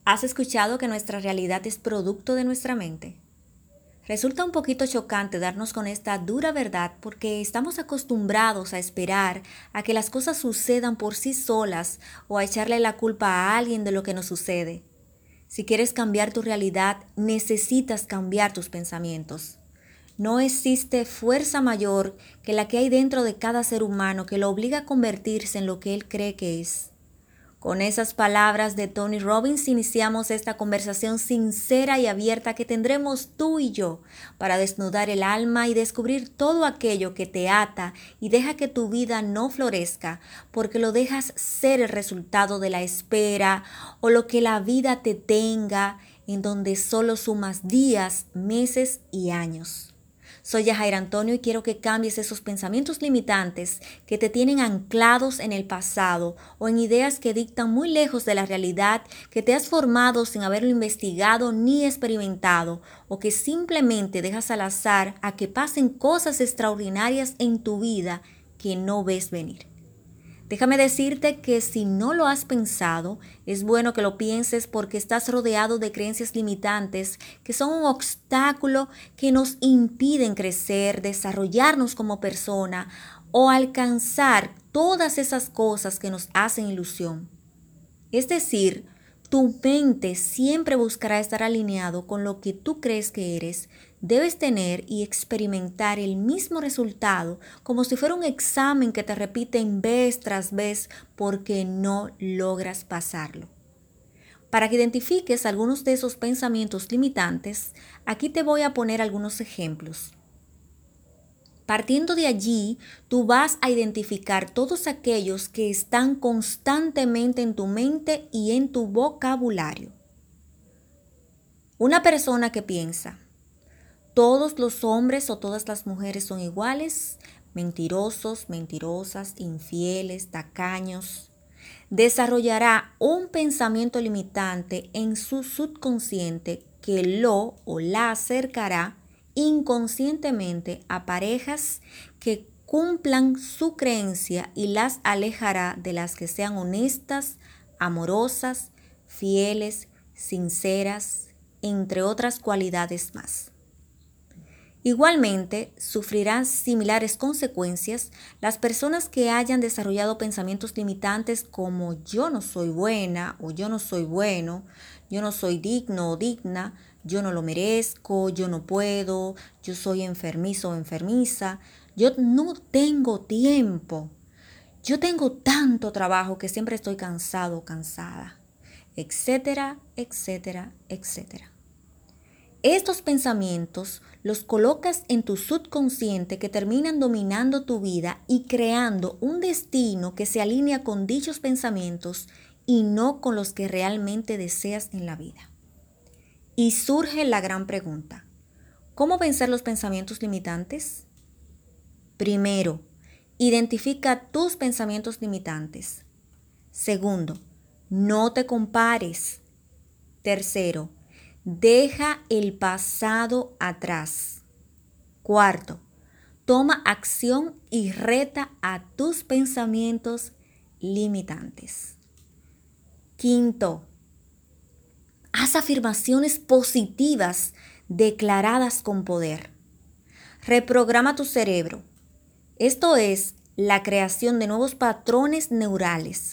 ¿Has escuchado que nuestra realidad es producto de nuestra mente? Resulta un poquito chocante darnos con esta dura verdad porque estamos acostumbrados a esperar a que las cosas sucedan por sí solas o a echarle la culpa a alguien de lo que nos sucede. Si quieres cambiar tu realidad, necesitas cambiar tus pensamientos. No existe fuerza mayor que la que hay dentro de cada ser humano que lo obliga a convertirse en lo que él cree que es. Con esas palabras de Tony Robbins iniciamos esta conversación sincera y abierta que tendremos tú y yo para desnudar el alma y descubrir todo aquello que te ata y deja que tu vida no florezca porque lo dejas ser el resultado de la espera o lo que la vida te tenga en donde solo sumas días, meses y años. Soy Yajaira Antonio y quiero que cambies esos pensamientos limitantes que te tienen anclados en el pasado o en ideas que dictan muy lejos de la realidad, que te has formado sin haberlo investigado ni experimentado o que simplemente dejas al azar a que pasen cosas extraordinarias en tu vida que no ves venir. Déjame decirte que si no lo has pensado, es bueno que lo pienses porque estás rodeado de creencias limitantes que son un obstáculo que nos impiden crecer, desarrollarnos como persona o alcanzar todas esas cosas que nos hacen ilusión. Es decir, tu mente siempre buscará estar alineado con lo que tú crees que eres. Debes tener y experimentar el mismo resultado como si fuera un examen que te repiten vez tras vez porque no logras pasarlo. Para que identifiques algunos de esos pensamientos limitantes, aquí te voy a poner algunos ejemplos. Partiendo de allí, tú vas a identificar todos aquellos que están constantemente en tu mente y en tu vocabulario. Una persona que piensa, todos los hombres o todas las mujeres son iguales, mentirosos, mentirosas, infieles, tacaños, desarrollará un pensamiento limitante en su subconsciente que lo o la acercará inconscientemente a parejas que cumplan su creencia y las alejará de las que sean honestas, amorosas, fieles, sinceras, entre otras cualidades más. Igualmente, sufrirán similares consecuencias las personas que hayan desarrollado pensamientos limitantes como yo no soy buena o yo no soy bueno, yo no soy digno o digna, yo no lo merezco, yo no puedo, yo soy enfermizo o enfermiza, yo no tengo tiempo, yo tengo tanto trabajo que siempre estoy cansado o cansada, etcétera, etcétera, etcétera. Estos pensamientos los colocas en tu subconsciente que terminan dominando tu vida y creando un destino que se alinea con dichos pensamientos y no con los que realmente deseas en la vida. Y surge la gran pregunta, ¿cómo vencer los pensamientos limitantes? Primero, identifica tus pensamientos limitantes. Segundo, no te compares. Tercero, deja el pasado atrás. Cuarto, toma acción y reta a tus pensamientos limitantes. Quinto, haz afirmaciones positivas declaradas con poder. Reprograma tu cerebro. Esto es la creación de nuevos patrones neurales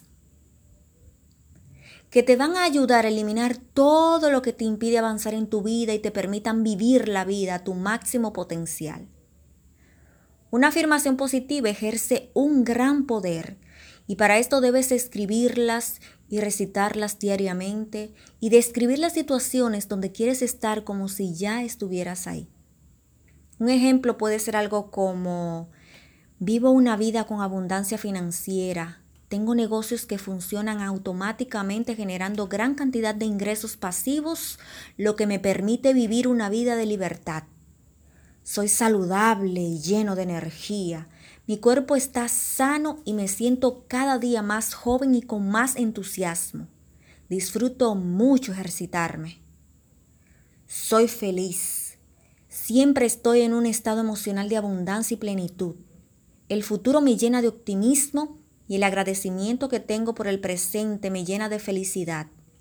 que te van a ayudar a eliminar todo lo que te impide avanzar en tu vida y te permitan vivir la vida a tu máximo potencial. Una afirmación positiva ejerce un gran poder y para esto debes escribirlas y recitarlas diariamente y describir las situaciones donde quieres estar como si ya estuvieras ahí. Un ejemplo puede ser algo como: vivo una vida con abundancia financiera. Tengo negocios que funcionan automáticamente generando gran cantidad de ingresos pasivos, lo que me permite vivir una vida de libertad. Soy saludable y lleno de energía. Mi cuerpo está sano y me siento cada día más joven y con más entusiasmo. Disfruto mucho ejercitarme. Soy feliz. Siempre estoy en un estado emocional de abundancia y plenitud. El futuro me llena de optimismo y el agradecimiento que tengo por el presente me llena de felicidad.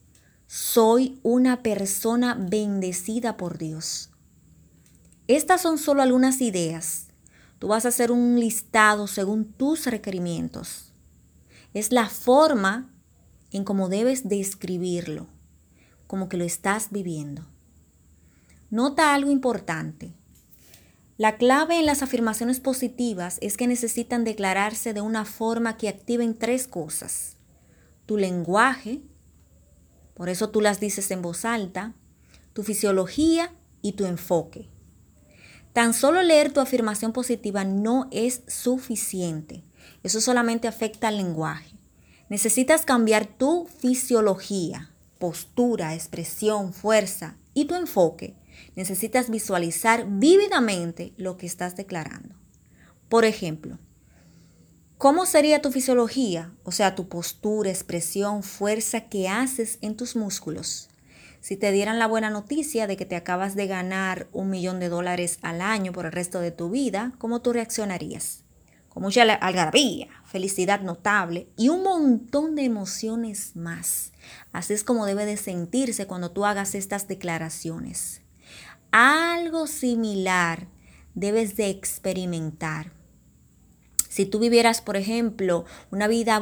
Soy una persona bendecida por Dios. Estas son solo algunas ideas. Tú vas a hacer un listado según tus requerimientos. Es la forma en cómo debes de escribirlo, como que lo estás viviendo. Nota algo importante. La clave en las afirmaciones positivas es que necesitan declararse de una forma que activen 3 cosas. Tu lenguaje, por eso tú las dices en voz alta, tu fisiología y tu enfoque. Tan solo leer tu afirmación positiva no es suficiente. Eso solamente afecta al lenguaje. Necesitas cambiar tu fisiología, postura, expresión, fuerza y tu enfoque. Necesitas visualizar vívidamente lo que estás declarando. Por ejemplo, ¿cómo sería tu fisiología? O sea, tu postura, expresión, fuerza que haces en tus músculos. Si te dieran la buena noticia de que te acabas de ganar $1,000,000 al año por el resto de tu vida, ¿cómo tú reaccionarías? Con mucha algarabía, felicidad notable y un montón de emociones más. Así es como debe de sentirse cuando tú hagas estas declaraciones. Algo similar debes de experimentar. Si tú vivieras, por ejemplo, una vida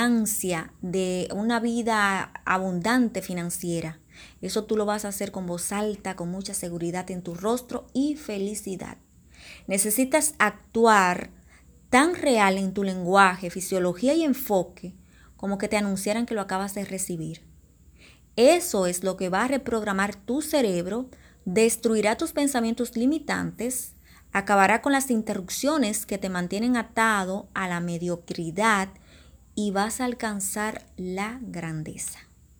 abundante financiera, eso tú lo vas a hacer con voz alta, con mucha seguridad en tu rostro y felicidad. Necesitas actuar tan real en tu lenguaje, fisiología y enfoque como que te anunciaran que lo acabas de recibir. Eso es lo que va a reprogramar tu cerebro, destruirá tus pensamientos limitantes, acabará con las interrupciones que te mantienen atado a la mediocridad y vas a alcanzar la grandeza.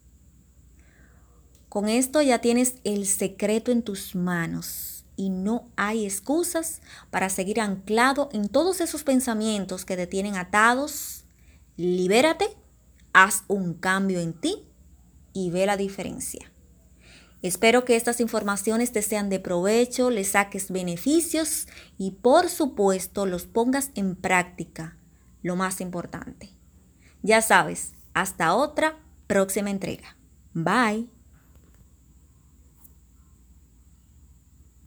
Con esto ya tienes el secreto en tus manos y no hay excusas para seguir anclado en todos esos pensamientos que te tienen atados. Libérate, haz un cambio en ti y ve la diferencia. Espero que estas informaciones te sean de provecho, le saques beneficios y por supuesto los pongas en práctica, lo más importante. Ya sabes, hasta otra próxima entrega. Bye.